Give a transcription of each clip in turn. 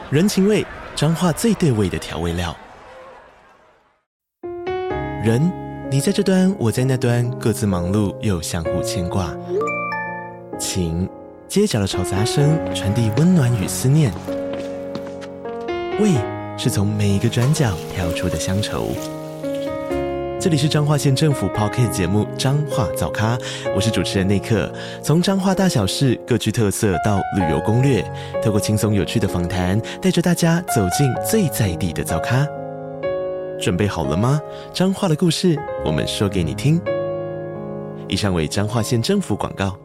人情味，彰化最对味的调味料。人，你在这端，我在那端，各自忙碌又相互牵挂。情，街角的吵杂声传递温暖与思念。味，是从每一个转角跳出的乡愁。这里是彰化县政府 Podcast 节目《彰化早咖》，我是主持人内克。从彰化大小事各具特色到旅游攻略，透过轻松有趣的访谈，带着大家走进最在地的早咖。准备好了吗？彰化的故事，我们说给你听。以上为彰化县政府广告。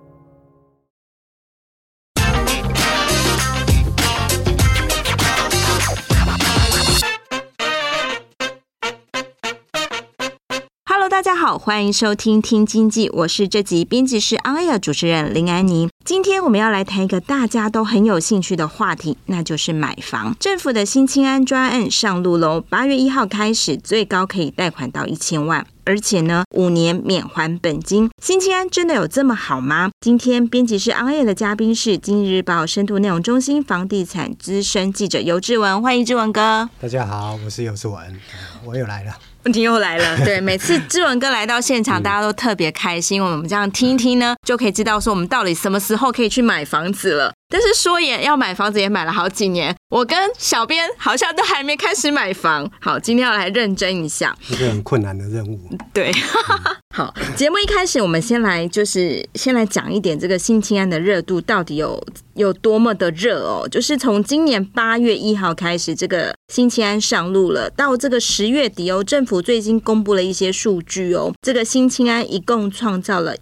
大家好，欢迎收听听经济，我是这集编辑室 On Air 主持人林安妮。今天我们要来谈一个大家都很有兴趣的话题，那就是买房。政府的新青安专案上路喽，8月1号开始，最高可以贷款到1000万。而且呢，5年免还本金。新青安真的有这么好吗？今天编辑室 On Air 的嘉宾是今日日报深度内容中心房地产资深记者游志文，欢迎志文哥。 大家好，我是游志文，我又来了。 你又来了，对，每次志文哥来到现场，大家都特别开心。我们这样听一听呢，就可以知道说我们到底什么时候可以去买房子了。但是说也要买房子，也买了好几年，我跟小编好像都还没开始买房。好，今天要来认真一下， 一个很困难的任务。 对，好，节目一开始我们先来讲一点这个新青安的热度到底有多么的热哦。就是从今年8月1号开始，这个新青安上路了，到这个10月底哦，政府最近公布了一些数据哦，这个新青安一共创造了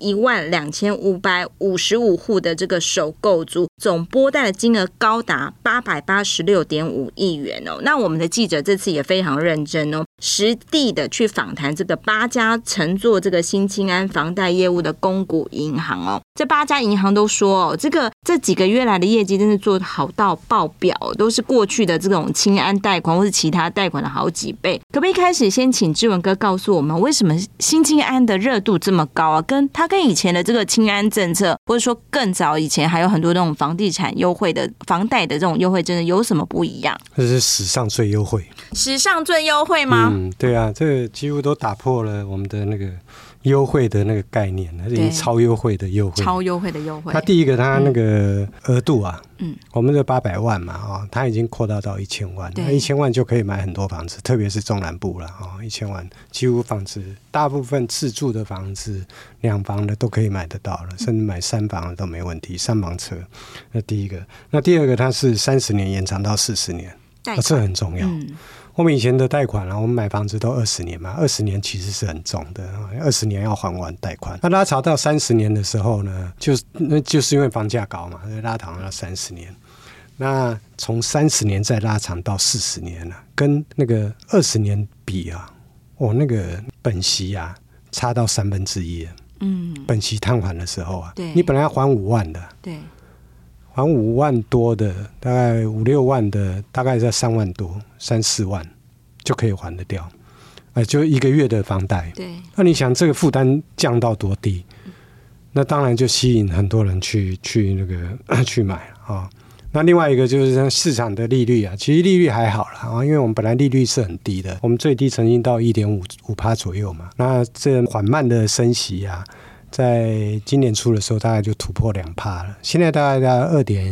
12555户的这个首购族，总拨贷的金额高达886.5亿元哦。那我们的记者这次也非常认真哦，实地的去访谈这个8家承做这个新青安房贷业务的公股银行哦。这8家银行都说哦，这几个月来的业绩真是做得好到爆表，都是过去的这种青安贷款或是其他贷款的好几倍。可不可以一开始先请志文哥告诉我们，为什么新青安的热度这么高啊？跟以前的这个青安政策，或者说更早以前还有很多那种房地产优惠的房贷的这种优惠，真的有什么不一样？ 这是史上最优惠。史上最优惠吗？ 对啊，这个几乎都打破了我们的那个优惠的那个概念，它是超优惠的优惠。超优惠的优惠。它第一个，它那个额度啊，我们的800万嘛，它已经扩大到1000万，那1000万就可以买很多房子，特别是中南部了，1000万几乎房子大部分自住的房子2房的都可以买得到了，甚至买3房的都没问题，3房车。那第一个，那第二个，它是30年延长到40年，这很重要。我们以前的贷款我们买房子都20年嘛，20年其实是很重的，20年要还完贷款。那拉长到30年的时候呢，就是因为房价高嘛，拉长到30年。那从30年再拉长到40年了，跟那个20年比啊，那个本息啊差到1/3了。本息摊还的时候啊，你本来要还5万的，对。还5万多的，大概5、6万的，大概在3万多、3、4万就可以还得掉，就1个月的房贷。对，那你想这个负担降到多低？那当然就吸引很多人去那个去买啊。那另外一个就是市场的利率啊，其实利率还好啦，因为我们本来利率是很低的，我们最低曾经到1.5% 左右嘛。那这缓慢的升息啊，在今年初的时候大概就突破2%了，现在大概在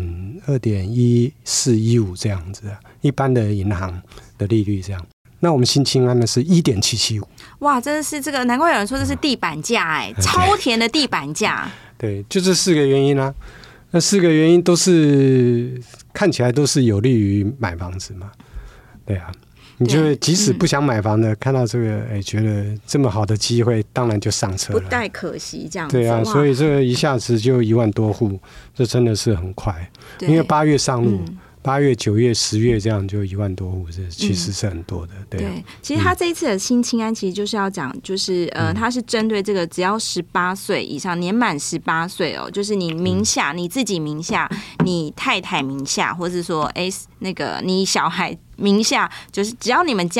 2.1415这样子，一般的银行的利率这样。那我们新青安呢是1.775。哇， 真的是这个，难怪有人说这是地板价超甜的地板价。 对，就这4个原因啊。那4个原因都是看起来都是有利于买房子嘛。对啊。你就即使不想买房的，看到这个觉得这么好的机会，当然就上车了， 不带可惜这样子。 对啊，所以这个一下子就1万多户，这真的是很快。因为8月上路，8月、9月、10月这样就1万多户，这其实是很多的。对， 其实他这一次的新青安其实就是要讲，就是他是针对这个只要18岁以上，年满18岁哦，就是你名下、你自己名下、你太太名下，或是说那个你小孩名下，就是只要你们家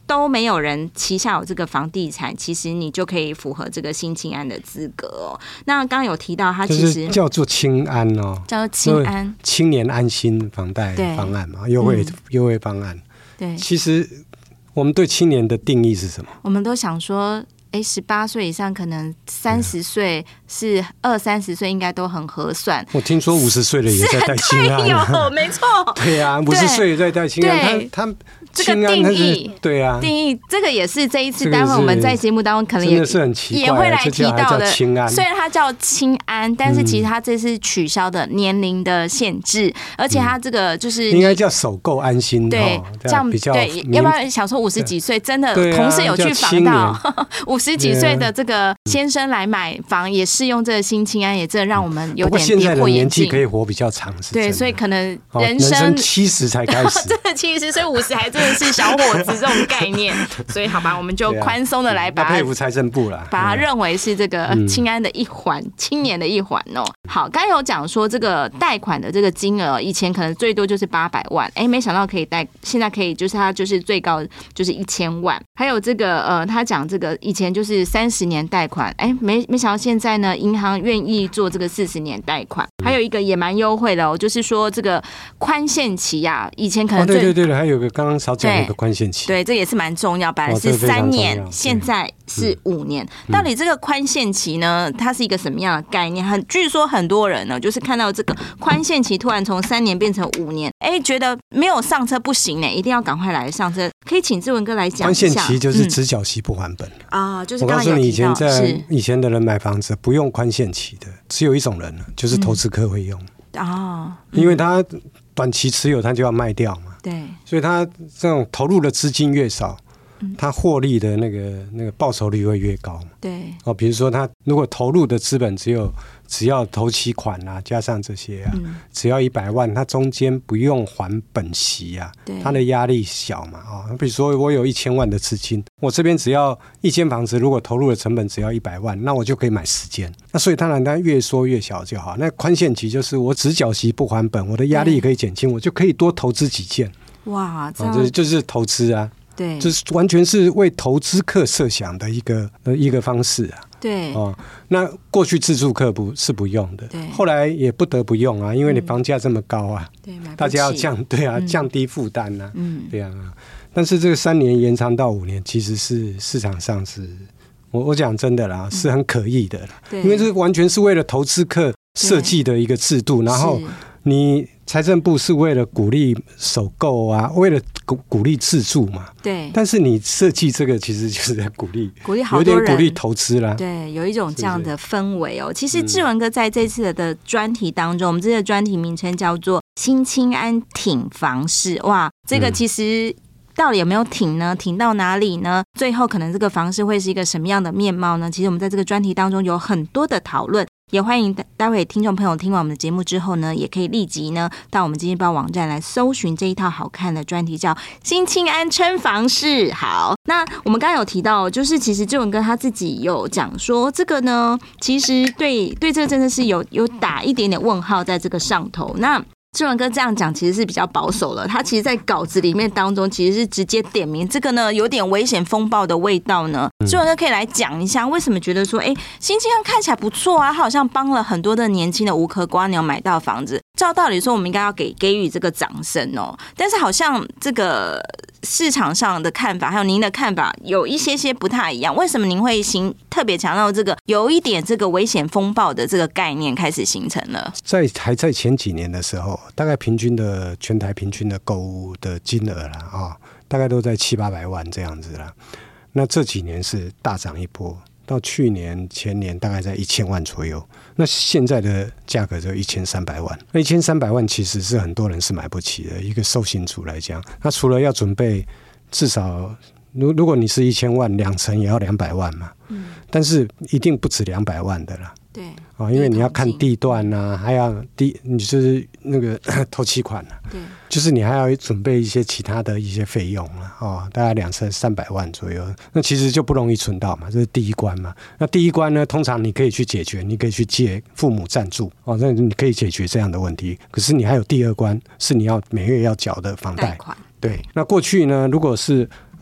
都没有人旗下有这个房地产，其实你就可以符合这个新青安的资格哦。那刚刚有提到，它其实、就是、 叫做青安哦， 叫做青安青年安心房贷方案嘛，优惠方案。 对， 其实我们对青年的定义是什么？ 我们都想说18岁以上，可能30岁是20-30岁应该都很合算。 我听说50岁的也在带青安， 有没错。 对啊，50岁也在带青安，他这个定义， 对啊， 定义这个也是这一次待会我们在节目当中可能也会来提到的。虽然它叫青安，但是其实它这是取消的年龄的限制，而且它这个就是应该叫首购安心， 对，这样比较对。要不然想说50几岁，真的同事有去访到50几岁的这个先生来买房，也适用这个新青安，也真的让我们有点跌破眼镜。 可以活比较长， 对，所以可能人生70才开始， 真的70岁50还真的是小伙子这种概念。所以好吧，我们就宽松的来把它佩服财政部啦， 把它认为是这个青安的一环，青年的一环哦。好，刚才有讲说这个贷款的这个金额，以前可能最多就是800万，没想到可以贷，现在可以就是它就是最高就是1000万。还有这个他讲这个以前就是30年贷款，没想到现在呢，银行愿意做这个40年贷款。还有一个也蛮优惠的哦，就是说这个宽限期啊，以前可能对，还有个刚刚少讲一个宽限期， 对，这也是蛮重要，本来是3年，现在是5年。到底这个宽限期呢，它是一个什么样的概念？据说很多人呢，就是看到这个宽限期突然从3年变成5年，觉得没有上车不行呢，一定要赶快来上车。可以请志文哥来讲一下。 宽限期就是只缴息不还本啊，就是刚刚有提到。 我告诉你，以前的人买房子不用宽限期的，只有一种人，就是投资客会用因为他短期持有他就要卖掉嘛， 对，所以他这种投入的资金越少，他获利的那个报酬率会越高嘛， 对比如说他如果投入的资本只要头期款啊，加上这些啊，只要100万，他中间不用还本息啊，他的压力小嘛比如说我有1000万的资金，我这边只要一间房子，如果投入的成本只要100万，那我就可以买10间。那所以当然它越缩越小就好。那宽限期就是我只缴息不还本，我的压力可以减轻，我就可以多投资几件。 哇，这就是投资啊， 对， 就是完全是为投资客设想的一个方式啊。 对那过去自住客不用的，后来也不得不用啊，因为你房价这么高啊，大家要降低负担啊，对啊。但是这个3年延长到5年，其实是市场上是我讲真的啦，是很可疑的啦，因为这完全是为了投资客设计的一个制度，然后你财政部是为了鼓励首购啊，为了鼓励自住嘛， 对。 但是你设计这个其实就是在鼓励好多人， 有点鼓励投资啦， 对，有一种这样的氛围哦。其实志文哥在这次的专题当中，我们这个专题名称叫做新青安挺房市，哇，这个其实到底有没有挺呢？挺到哪里呢？最后可能这个房市会是一个什么样的面貌呢？其实我们在这个专题当中有很多的讨论，也欢迎待会听众朋友听完我们的节目之后呢，也可以立即呢到我们经济报网站来搜寻这一套好看的专题，叫新青安称房市。好，那我们刚刚有提到，就是其实志文哥他自己有讲说，这个呢其实对这个真的是有打一点点问号在这个上头。那志文哥这样讲其实是比较保守了，他其实在稿子里面当中其实是直接点名这个呢有点危险风暴的味道呢。志文哥可以来讲一下为什么觉得说新青安看起来不错啊，他好像帮了很多的年轻的无壳瓜牛买到房子，照道理说我们应该要给予这个掌声哦，但是好像这个市场上的看法还有您的看法有一些不太一样，为什么您会特别强调这个有一点这个危险风暴的这个概念开始形成了？ 还在前几年的时候，大概全台平均的购物的金额啦大概都在700-800万这样子啦。那这几年是大涨一波，到去年前年大概在1000万左右，那现在的价格就1300万。那1300万其实是很多人是买不起的，一个受薪族来讲，那除了要准备至少如果你是1000万2成也要200万嘛，但是一定不止200万的啦， 对因为你要看地段啊，还要你就是那个头期款啊， 对， 就是你还要准备一些其他的一些费用啊，大概200-300万左右，那其实就不容易存到嘛，这是第一关嘛。那第一关呢，通常你可以去解决，你可以去借父母赞助那你可以解决这样的问题。可是你还有第二关，是你要每月要缴的房贷款。对，那过去呢，如果是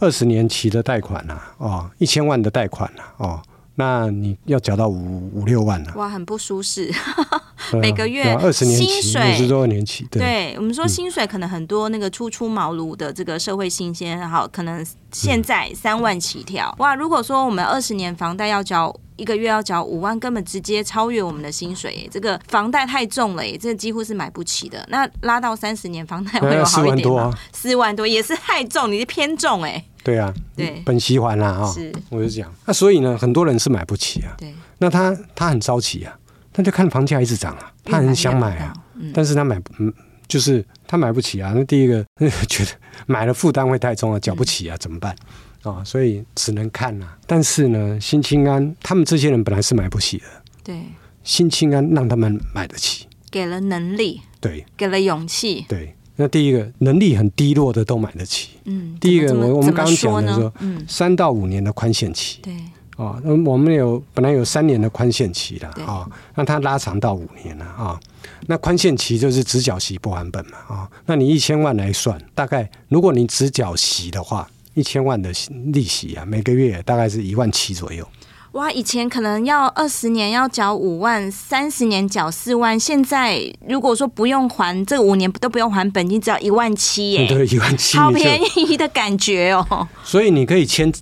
20年期的贷款1000万的贷款那你要缴到5-6万哇，很不舒适。每个月 20年期薪水 50多年期， 对，我们说薪水可能很多那个初出茅庐的这个社会新鲜，可能现在3万起跳。哇，如果说我们20年房贷要缴1个月要缴5万，根本直接超越我们的薪水，这个房贷太重了，这几乎是买不起的。那拉到30年房贷会有好一点吗？4万多也是太重，你是偏重对啊， 对， 本息还是我就讲所以呢，很多人是买不起对，那他很着急他就看房价一直涨他很想买但是他就是他买不起那第一个觉得买了负担会太重缴不起怎么办所以只能看但是呢，新青安他们这些人本来是买不起的， 对， 新青安让他们买得起， 给了能力， 对， 给了勇气， 对。那第一个能力很低落的都买得起，第一个我们刚刚讲的说3到5年的宽限期， 对我们本来有3年的宽限期的那它拉长到5年了那宽限期就是只缴息不还本嘛那你1000万来算，大概如果你只缴息的话，1000万的利息每个月大概是17000左右。 哇，以前可能要20年要缴5万，30年缴4万，现在如果说不用还这5年都不用还本金，只要17000 对，17000， 好便宜的感觉所以你可以前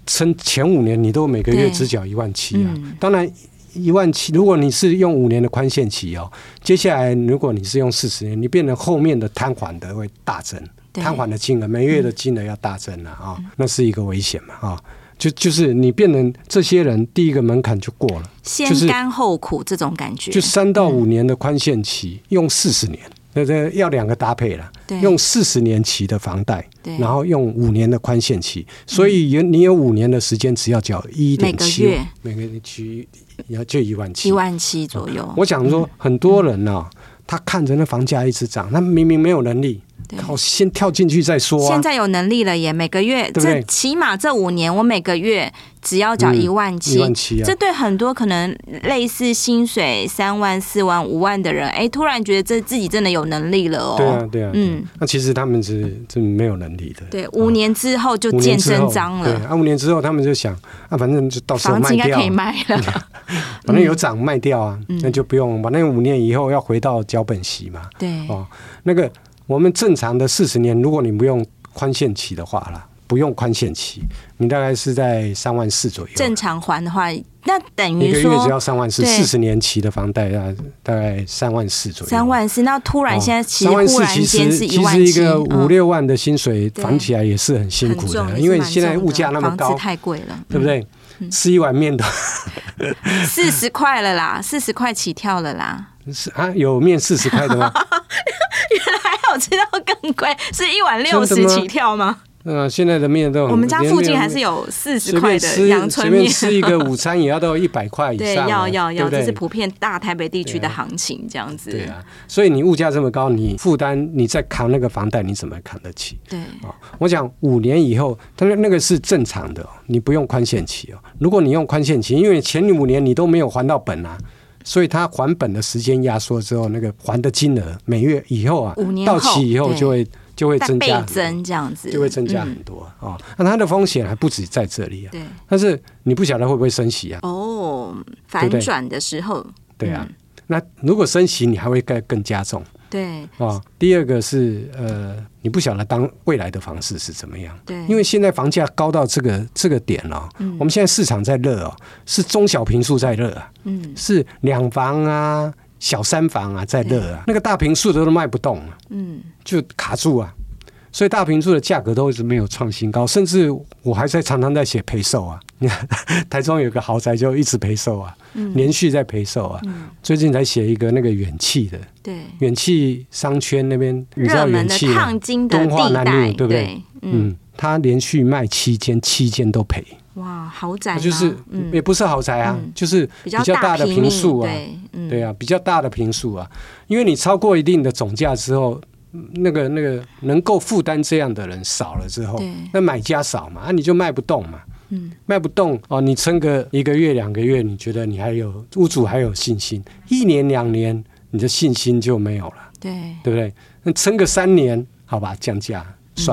5年你都每个月只缴17000当然17000，如果你是用5年的宽限期接下来如果你是用40年，你变成后面的摊还的会大增，摊还的金额每月的金额要大增那是一个危险嘛就是你变成这些人第一个门槛就过了， 先甘后苦这种感觉， 就3到5年的宽限期用40年，要2个搭配了，用40年期的房贷，然后用5年的宽限期，所以你有5年的时间，只要缴1.7，每个月就17000 左右。 我讲说很多人他看着那房价一直涨，他明明没有能力，先跳进去再说现在有能力了也每个月， 对不对？ 起码这5年我每个月只要缴17000，这对很多可能类似薪水3万、4万、5万的人，突然觉得自己真的有能力了对啊，那其实他们是没有能力的。 对，5年之后就见真章了。 对，5年之后他们就想反正就到时候卖掉， 房子应该可以卖了， 反正有涨卖掉那就不用，反正5年以后要回到缴本息嘛。 对那个我们正常的40年，如果你不用宽限期的话啦，不用宽限期，你大概是在3万4左右。 正常还的话，那等于说一个月只要3万4，40年期的房贷大概3万4左右。 3万4，那突然现在其实忽然间是1万7， 其实一个5-6万的薪水房起来也是很辛苦的，因为现在物价那么高， 房子太贵了， 对不对？吃一碗面都 40块了啦，40块起跳了啦。 有面40块的吗？ 原来还有吃到更贵，是1碗60起跳吗？ 现在的面都很， 我们家附近还是有40块的阳春面， 随便吃一个午餐也要到100块以上。 对，要， 对， 这是普遍大台北地区的行情这样子。 对啊，所以你物价这么高，你负担你再扛那个房贷，你怎么扛得起？ 对我讲5年以后，他那个是正常的，你不用宽限期如果你用宽限期，因为前5年你都没有还到本所以他还本的时间压缩之后，那个还的金额每月以后 5年后到期以后就会增加， 倍增这样子， 就会增加很多那它的风险还不止在这里对，但是你不晓得会不会升息反转的时候， 对啊，那如果升息，你还会更加重。 对第二个是你不晓得当未来的房市是怎么样。 对， 因为现在房价高到这个点我们现在市场在热是中小坪数在热是2房小3房在热那个大坪数都卖不动就卡住所以大坪数的价格都一直没有创新高，甚至我还常常在写赔售你看台中有个豪宅就一直赔售连续在赔售最近才写一个那个远企的， 对， 远企商圈那边你知道远企热门的烫金的东华南路对不对？他连续卖7间都赔。 哇，豪宅就是也不是豪宅就是比较大的坪数对比较大的坪数因为你超过一定的总价之后，那个能够负担这样的人少了之后，那买家少嘛你就卖不动嘛。卖不动你撑个1个月2个月，你觉得你还有屋主还有信心，1年2年你的信心就没有了，对不对？那撑个3年好吧，降价算了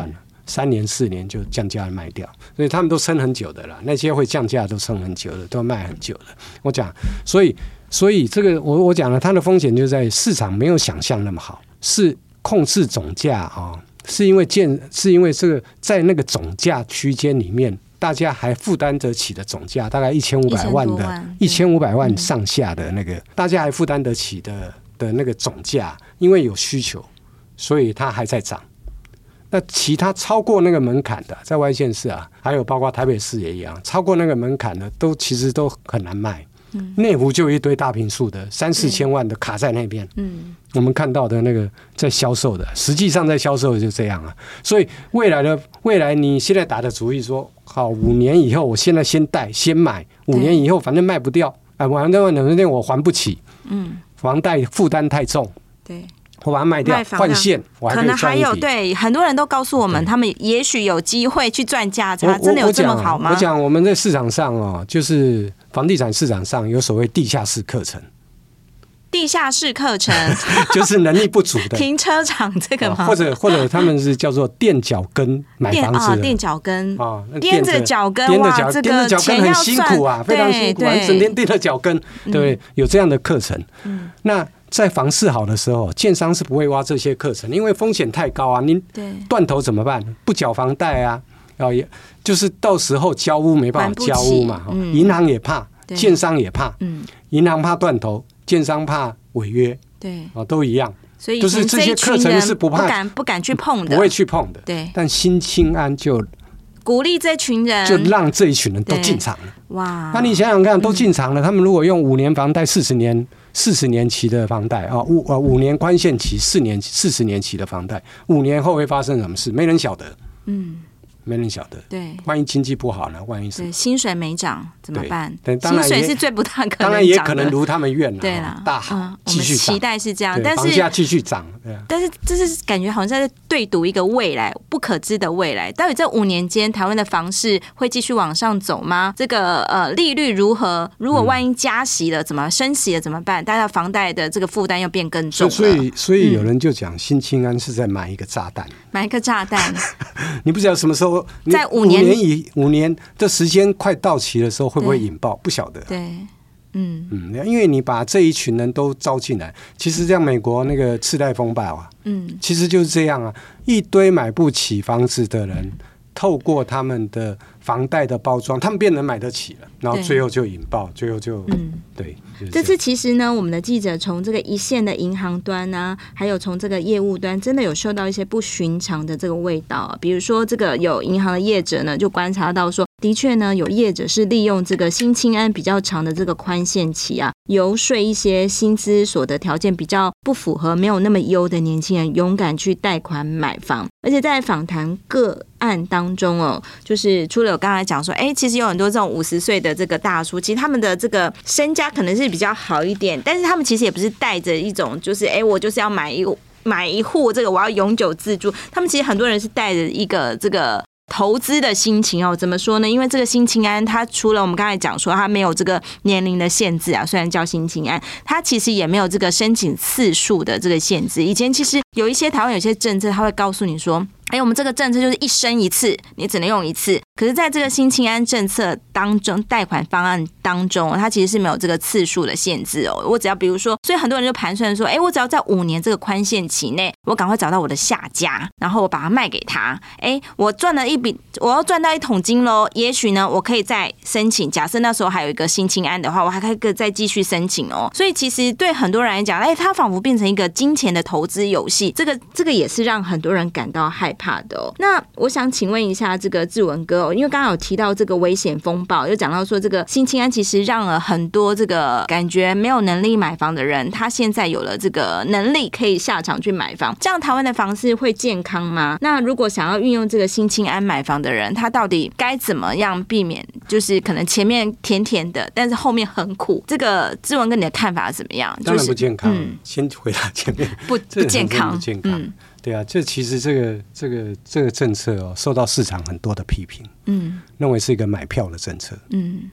3年4年就降价卖掉，所以他们都撑很久的啦。那些会降价都撑很久的，都卖很久的。我讲，所以这个我讲了，它的风险就在市场没有想象那么好，是控制总价啊，是因为这个在那个总价区间里面，大家还负担得起的总价，大概1500万的1500万上下的那个，大家还负担得起的那个总价，因为有需求，所以它还在涨。那其他超过那个门槛的，在外县市啊，还有包括台北市也一样，超过那个门槛的其实都很难卖。内湖就有一堆大坪数的3-4千万的卡在那边。我们看到的那个在销售的，实际上在销售的就这样啊。所以未来你现在打的主意说，好5年以后，我现在先贷先买，5年以后反正卖不掉，反正我还不起，房贷负担太重，对。我把它卖掉换现，我还可以赚一笔。可能还有对很多人都告诉我们，他们也许有机会去赚价差，真的有这么好吗？ 我讲我们在市场上哦，就是房地产市场上有所谓地下室课程。 地下室课程就是能力不足的停车场这个吗？ 或者他们是叫做垫脚跟买房子的垫脚跟踮着脚跟，哇，这个钱很辛苦啊，非常辛苦，整天垫着脚跟，对不对？有这样的课程，那在房市好的时候，建商是不会挖这些课程，因为风险太高啊。您断头怎么办？不缴房贷啊，也就是到时候交屋没办法交屋嘛。银行也怕，建商也怕，银行怕断头，建商怕违约，对，都一样。 所以就是这些课程是不敢去碰的， 不会去碰的。对，但新青安就鼓励这群人， 就让这一群人都进场了。哇！那你想想看，都进场了，他们如果用5年房贷40年期的房贷啊，5年宽限期40年期的房贷，5年后会发生什么事？没人晓得。没人晓得。对，万一经济不好呢？万一是薪水没涨怎么办？薪水是最不大可能涨的， 当然也可能如他们愿了。对啦，大好，继续涨。 我们期待是这样，但是房价继续涨。 但是这是感觉好像在对赌一个未来不可知的未来。到底这5年间，台湾的房市会继续往上走吗？这个利率如何？如果万一加息了，怎么升息了怎么办？大家房贷的这个负担又变更重了。 所以有人就讲，新青安是在买一个炸弹。 买一个炸弹， 你不知道什么时候， 在5 年的时间快到期的时候，会不会引爆？不晓得。对，因为你把这一群人都招进来，其实像美国那个次贷风暴啊，其实就是这样啊，一堆买不起房子的人，透过他们的房贷的包装，他们变成买得起了，然后最后就引爆，最后就对。 这次其实呢，我们的记者从这个一线的银行端啊，还有从这个业务端，真的有嗅到一些不寻常的这个味道啊。比如说，这个有银行的业者呢，就观察到说，的确呢，有业者是利用这个新青安比较长的这个宽限期啊，游说一些薪资所得条件比较不符合、没有那么优的年轻人，勇敢去贷款买房。而且在访谈个案当中哦，就是除了我刚才讲说，其实有很多这种50岁的这个大叔，其实他们的这个身家可能是比较好一点，但是他们其实也不是带着一种就是我就是要买一户这个我要永久自住，他们其实很多人是带着一个这个投资的心情哦。怎么说呢？因为这个新青安它除了我们刚才讲说它没有这个年龄的限制啊，虽然叫新青安，它其实也没有这个申请次数的这个限制。以前其实有一些台湾有些政策，它会告诉你说，我们这个政策就是一生一次，你只能用一次。可是在这个新青安政策当中，贷款方案当中，它其实是没有这个次数的限制哦。我只要比如说，所以很多人就盘算说，我只要在5年这个宽限期内，我赶快找到我的下家，然后我把它卖给他。我赚了一笔，我要赚到1桶金咯。也许呢，我可以再申请。假设那时候还有一个新青安的话，我还可以再继续申请哦。所以其实对很多人来讲，它仿佛变成一个金钱的投资游戏。这个也是让很多人感到害怕的哦。那我想请问一下这个志文哥哦，因为刚刚有提到这个危险风暴，又讲到说这个新青安其实让了很多这个感觉没有能力买房的人，他现在有了这个能力可以下场去买房，这样台湾的房市会健康吗？那如果想要运用这个新青安买房的人，他到底该怎么样避免就是可能前面甜甜的，但是后面很苦？这个志文哥你的看法是怎么样？ 当然不健康。先回答前面不健康， 不健康。对啊，这其实这个政策受到市场很多的批评，认为是一个买票的政策，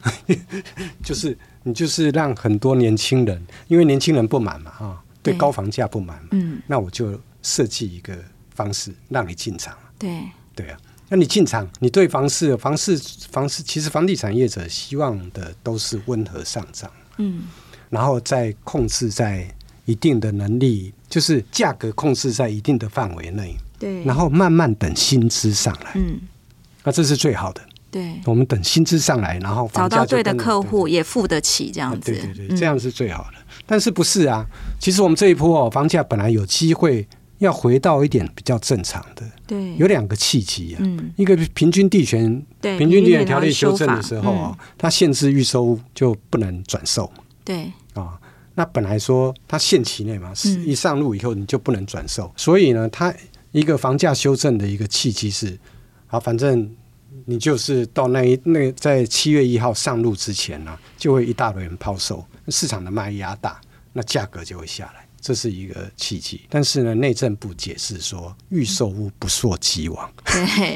就是让很多年轻人，因为年轻人不满嘛，对高房价不满嘛，那我就设计一个方式让你进场，对， 对啊。那你进场，你对房市，其实房地产业者希望的都是温和上涨，然后再控制在一定的能力，就是价格控制在一定的范围内， 对， 然后慢慢等薪资上来，那这是最好的。 对， 我们等薪资上来，然后房价找到对的客户也付得起，这样子， 对，这样是最好的。但是不是啊？其实我们这一波房价本来有机会要回到一点比较正常的， 对， 有2个契机啊，一个平均地权条例修正的时候它限制预售屋就不能转售， 对啊。那本来说它限期内嘛，一上路以后你就不能转售，所以呢，它一个房价修正的一个契机是，好，反正你就是到那在7月1号上路之前呢，就会一大堆人抛售，市场的卖压大，那价格就会下来，这是一个契机。但是呢，内政部解释说，预售屋不溯及往， 对，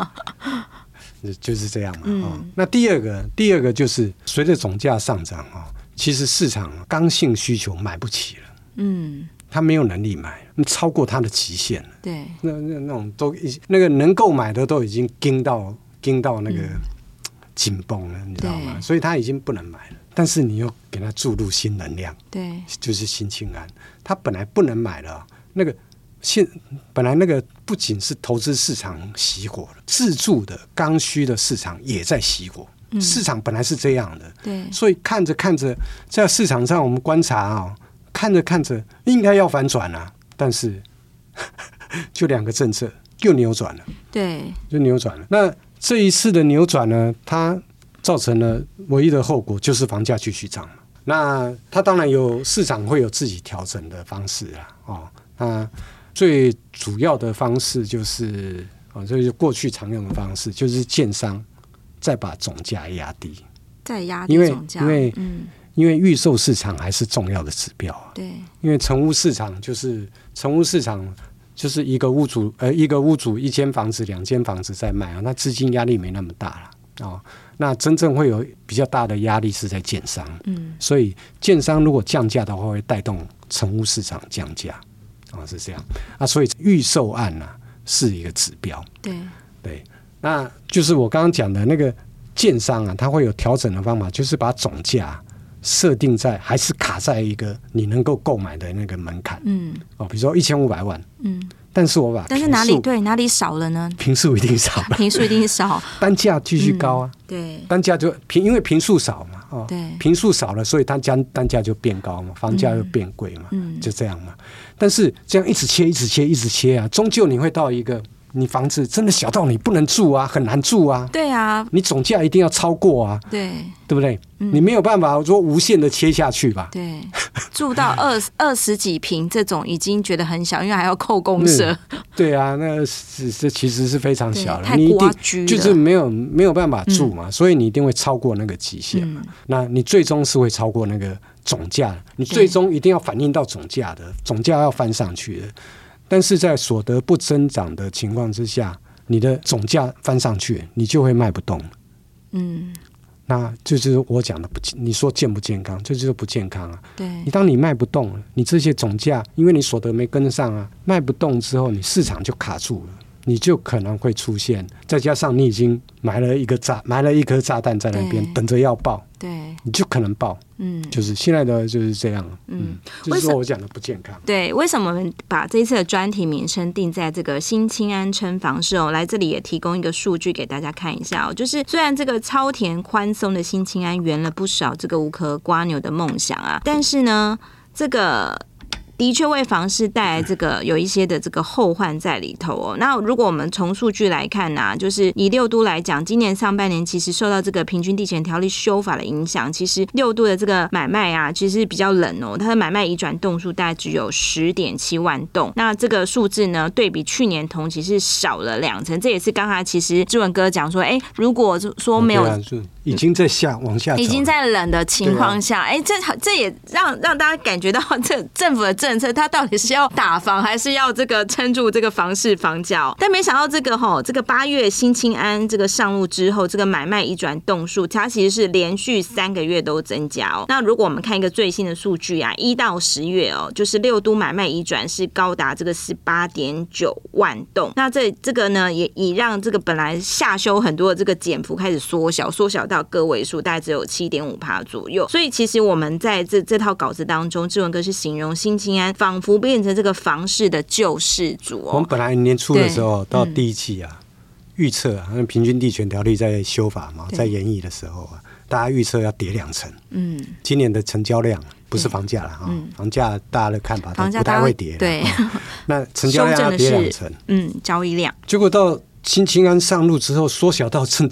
就是这样嘛。那第二个就是随着总价上涨其实市场刚性需求买不起了，他没有能力买，超过他的极限了。 对， 那种都那个能购买的都已经盯到那个紧绷了，你知道吗？所以他已经不能买了。但是你又给他注入新能量， 对， 就是新青安，他本来不能买了，本来那个不仅是投资市场熄火了，自住的刚需的市场也在熄火。市场本来是这样的， 对， 所以看着看着，在市场上我们观察看着看着应该要反转了，但是就2个政策又扭转了， 对， 就扭转了。那这一次的扭转呢，它造成了唯一的后果就是房价继续涨。那它当然有市场会有自己调整的方式啦，那最主要的方式就是这就是过去常用的方式，就是建商再把总价压低， 再压低总价， 因为预售市场还是重要的指标对， 因为成屋市场就是一个屋主1间房子2间房子在卖那资金压力没那么大了那真正会有比较大的压力是在建商，所以建商如果降价的话，会带动成屋市场降价是这样所以预售案是一个指标，对。那就是我刚刚讲的那个建商它会有调整的方法，就是把总价设定在还是卡在一个你能够购买的那个门槛，比如说1500万，但是但是哪里少了呢？ 坪数一定少，单价继续高对， 单价就因为坪数少嘛， 对， 坪数少了，所以单价就变高嘛，房价又变贵嘛，就这样嘛。但是这样一直切终究你会到一个。你房子真的小到你不能住很难住对啊， 你总价一定要超过对不对？你没有办法说无限的切下去吧？ 对，住到20几坪这种已经觉得很小，因为还要扣公社。 对啊，那这其实是非常小了， 太聒居了， 就是没有办法住嘛，所以你一定会超过那个极限嘛。那你最终是会超过那个总价，你最终一定要反映到总价的，总价要翻上去的。但是在所得不增长的情况之下，你的总价翻上去，你就会卖不动。那就是我讲的你说健不健康，这就是不健康对， 当你卖不动了，你这些总价，因为你所得没跟上卖不动之后，你市场就卡住了，你就可能会出现，再加上你已经埋了一颗炸弹在那边等着要爆， 对， 你就可能爆。就是现在的就是这样。就是说我讲的不健康。 对，为什么我们把这一次的专题名称定在这个新青安称房市来这里也提供一个数据给大家看一下就是虽然这个超甜宽松的新青安圆了不少这个无壳蝸牛的梦想但是呢，这个的确为房市带来这个有一些的这个后患在里头那如果我们从数据来看就是以6都来讲，今年上半年其实受到这个平均地权条例修法的影响，其实6都的这个买卖其实比较冷它的买卖移转栋数大概只有 10.7 万栋，那这个数字呢对比去年同期是少了2成，这也是刚才其实志文哥讲说如果说没有已经在往下走， 已经在冷的情况下，这也让大家感觉到这政府的政策，它到底是要打房还是要这个撑住这个房市房价？但没想到这个8月新青安这个上路之后，这个买卖移转栋数，它其实是连续3个月都增加哦。那如果我们看一个最新的数据啊，1到10月哦，就是6都买卖移转是高达这个18.9万栋。那这个呢，也让这个本来下修很多的这个减幅开始缩小到个位数，大概只有7.5% 左右。所以其实我们在这套稿子当中，志文哥是形容新青安仿佛变成这个房市的救世主哦。 我们本来年初的时候到第一季啊，预测平均地权条例在修法嘛，在研议的时候啊，大家预测要跌2成。今年的成交量不是房价了哈，房价大家的看法都不太会跌。 对， 那成交量要跌2成， 交易量。 结果到新青安上路之后，缩小到剩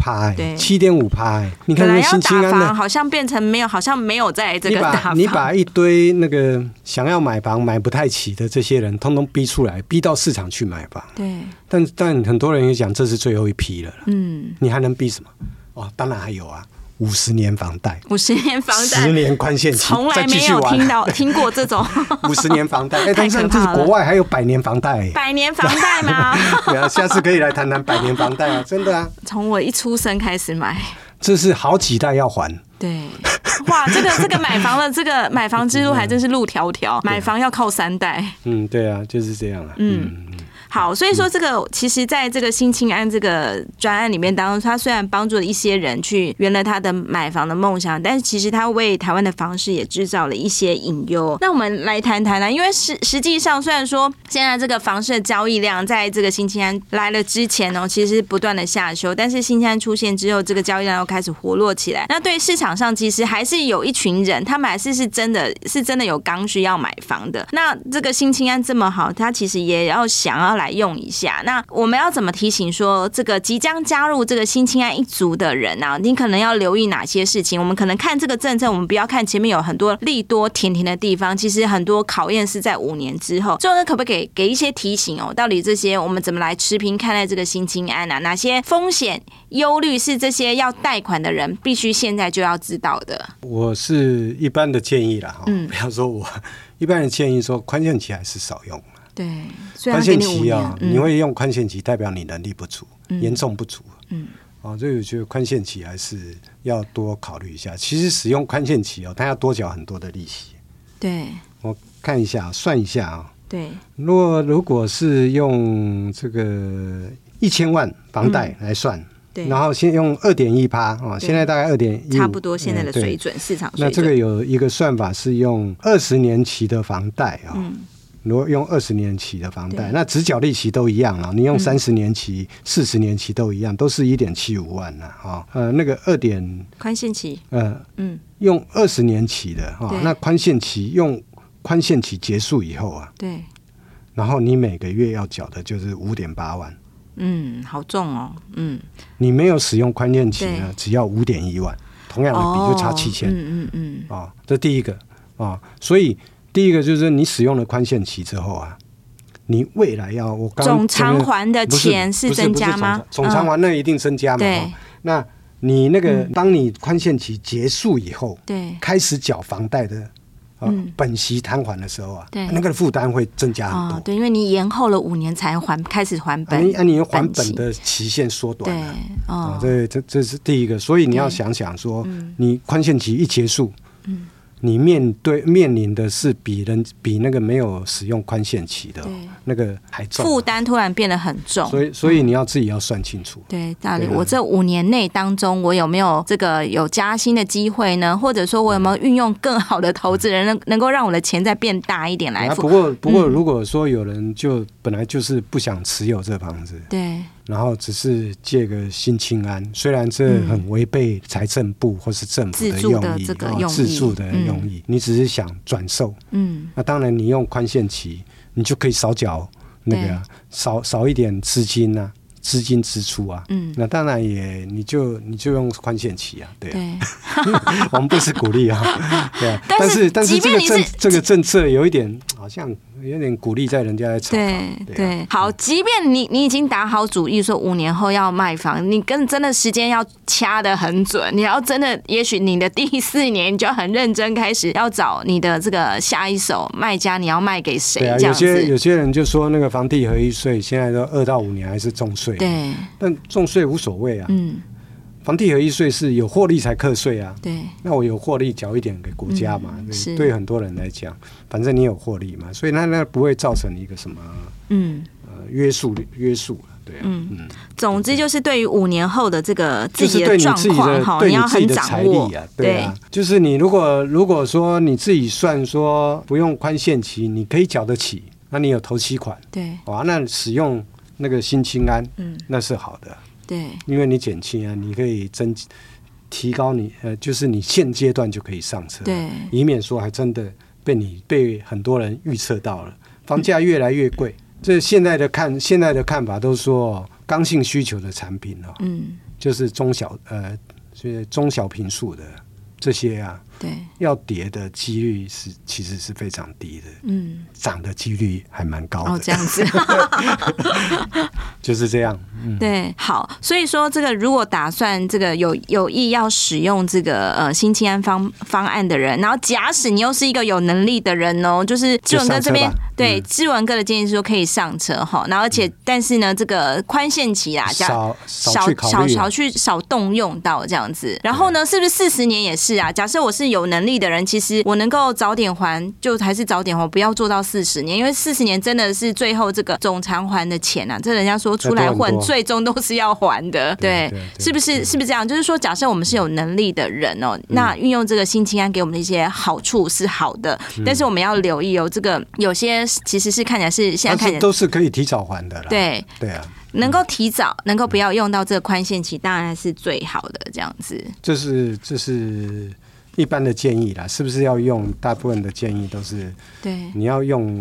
7.5%，你看那新青安的好像变成没有，好像没有在这个打房。 你把一堆那个想要买房买不太起的这些人，通通逼出来，逼到市场去买房。 对， 但很多人也讲这是最后一批了。你还能逼什么？哦，当然还有啊。50年房贷 ，50年房贷， 10年宽限期， 从来没有听过这种 50年房贷。但是这是国外还有100年房贷 ，100年房贷吗？ 对啊，下次可以来谈谈100年房贷啊，真的啊。 从我一出生开始买， 这是好几代要还。 对，哇，这个买房的这个买房之路还真是路迢迢，买房要靠3代。 对啊，就是这样啊。 好，所以说这个其实在这个新青安这个专案里面当中，他虽然帮助了一些人去圆了他的买房的梦想，但是其实他为台湾的房市也制造了一些隐忧。那我们来谈谈呢，因为实际上虽然说现在这个房市的交易量在这个新青安来了之前哦，其实不断的下修，但是新青安出现之后，这个交易量又开始活络起来。那对市场上其实还是有一群人，他们还是真的有刚需要买房的。那这个新青安这么好，他其实也要想要来用一下。那我们要怎么提醒说这个即将加入这个新青安一族的人啊，你可能要留意哪些事情？我们可能看这个政策，我们不要看前面有很多利多甜甜的地方，其实很多考验是在5年之后。最后呢，可不可以给一些提醒哦？到底这些我们怎么来持平看待这个新青安啊？哪些风险忧虑是这些要贷款的人必须现在就要知道的？ 我是一般的建议啦，不要说我一般的建议说宽限期还是少用。 对， 宽限期啊，你会用宽限期，代表你能力不足，严重不足。所以我觉得宽限期还是要多考虑一下。其实使用宽限期它要多缴很多的利息。 对， 我看一下，算一下啊。 对， 如果是用这个1000万房贷来算。然后先用2.1%，现在大概2.1%， 差不多现在的水准，市场水准。 那这个有一个算法是用20年期的房贷啊。如果用20年期的房贷，那只缴利息都一样了。你用30年期、40年期都一样，都是1.75万了那个宽限期， 用20年期的那宽限期用宽限期结束以后啊， 对， 然后你每个月要缴的就是5.8万。 好重哦。 你没有使用宽限期呢，只要5.1万，同样的比就差7000。这第一个所以。第一个就是你使用了宽限期之后啊，你未来我刚总偿还的钱是增加吗？ 总偿还那一定增加嘛。那你那个当你宽限期结束以后，开始缴房贷的本息摊还的时候啊，那个负担会增加很多。 对，因为你延后了5年才开始还本， 你还本的期限缩短了。这是第一个，所以你要想想说，你宽限期一结束，你面临的是比那个没有使用宽限期的那个还重， 负担突然变得很重， 所以你要自己要算清楚。 对，到底我这5年内当中，我有没有这个有加薪的机会呢？或者说我有没有运用更好的投资人能够让我的钱再变大一点来付？ 不过如果说有人就本来就是不想持有这房子， 对。 然后只是借个新青安，虽然这很违背财政部或是政府的用意，自住的用意，你只是想转售，那当然你用宽限期，你就可以少缴那个少一点资金啊， 资金支出啊，那当然你就用宽限期啊，对啊，我们不是鼓励啊，对啊，但是这个政策有一点好像有点鼓励在人家在炒房， 对，好，即便你已经打好主意说5年后要卖房，你跟真的时间要掐得很准，你要真的，也许你的第4年你就要很认真开始要找你的这个下一手卖家，你要卖给谁？对啊， 有些人就说那个房地合一税现在都2到5年还是重税， 对， 但重税无所谓啊，房地合一税是有获利才课税啊， 对， 那我有获利缴一点给国家嘛，对很多人来讲，反正你有获利嘛，所以那不会造成一个什么约束，对啊， 总之就是对于5年后的这个自己的状况，你要很掌握啊，对啊，就是你如果说你自己算说不用宽限期，你可以缴得起，那你有头期款， 对， 那使用那个新青安，那是好的。 对， 因为你减轻啊，你可以提高你就是你现阶段就可以上车， 对， 以免说还真的被很多人预测到了，房价越来越贵。这现在的看法都说刚性需求的产品就是中小坪数的这些啊， 对， 要跌的几率其实是非常低的，涨的几率还蛮高的。 这样子， 就是这样。 对，好，所以说这个如果打算这个有意要使用这个新青安方案的人，然后假使你又是一个有能力的人哦，就是志文哥这边对志文哥的建议是说可以上车哈，然后而且但是呢这个宽限期啊，少动用到这样子，然后呢是不是40年也是啊？假设我是有能力的人，其实我能够早点还，就还是早点还，不要做到40年，因为40年真的是最后这个总偿还的钱啊，这人家说出来混，最终都是要还的，对，是不是这样？就是说，假设我们是有能力的人哦，那运用这个新青安给我们的一些好处是好的，但是我们要留意这个有些其实是看起来是现在看起来都是可以提早还的啦， 对啊。 能够提早，能够不要用到这个宽限期，当然是最好的。这样子， 这是一般的建议啦，是不是要用？大部分的建议都是， 对， 你要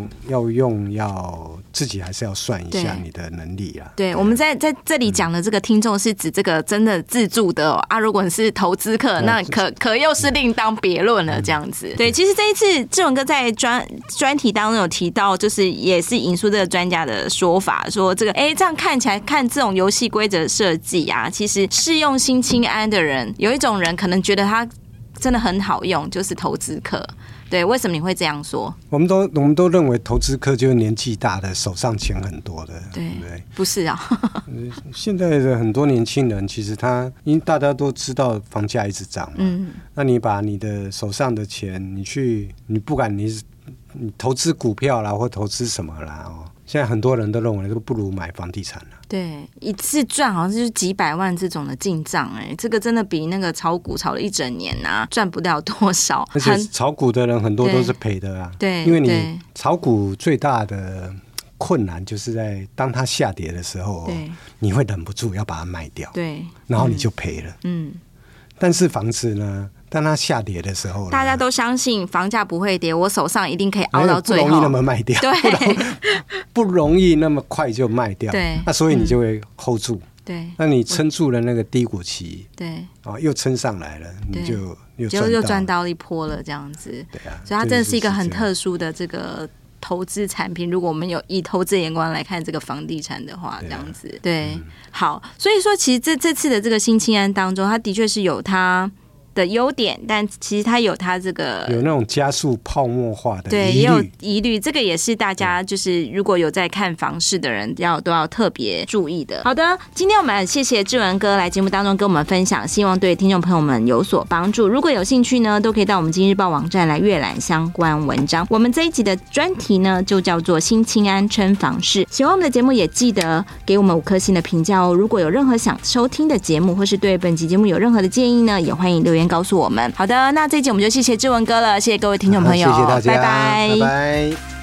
自己还是要算一下你的能力啦。 对，我们在这里讲的这个听众是指这个真的自住的啊，如果你是投资客，那可又是另当别论了。这样子，对，其实这一次志文哥在专题当中有提到，就是也是引述这个专家的说法，说这个这样看起来看这种游戏规则设计啊，其实适用新青安的人，有一种人可能觉得他真的很好用，就是投资客。对，为什么你会这样说？ 我们都认为投资客就是年纪大的，手上钱很多的，对不对？ 不是啊。 现在的很多年轻人，其实因为大家都知道房价一直涨嘛，那你把你的手上的钱，你不管你投资股票啦，或投资什么啦现在很多人都认为都不如买房地产了。 对，一次赚好像就是几百万这种的进账，这个真的比那个炒股炒了一整年啊，赚不了多少。 而且炒股的人很多都是赔的啊。 对， 因为你炒股最大的困难就是在当它下跌的时候，你会忍不住要把它卖掉， 对， 然后你就赔了。但是房子呢？当它下跌的时候， 大家都相信房价不会跌，我手上一定可以熬到最后， 不容易那么卖掉， 对， 不容易那么快就卖掉， 对， 那所以你就会 hold 住， 对， 那你撑住了那个低谷期， 对， 又撑上来了，你就又赚到一波了，这样子， 对啊， 所以它真的是一个很特殊的这个投资产品，如果我们有以投资眼光来看这个房地产的话，这样子，对，好，所以说其实这次的这个新青安当中，它的确是有它的优点，但其实它有它这个有那种加速泡沫化的对，也有疑虑，这个也是大家就是如果有在看房市的人都要特别注意的。好的，今天我们谢谢志文哥来节目当中跟我们分享，希望对听众朋友们有所帮助。如果有兴趣呢，都可以到我们今日报网站来阅览相关文章。我们这一集的专题呢，就叫做新青安撑房市。喜欢我们的节目，也记得给我们5颗星的评价哦。如果有任何想收听的节目，或是对本集节目有任何的建议呢，也欢迎留言告诉我们。好的，那这一集我们就谢谢志文哥了，谢谢各位听众朋友， 谢谢大家， 拜拜， 拜拜。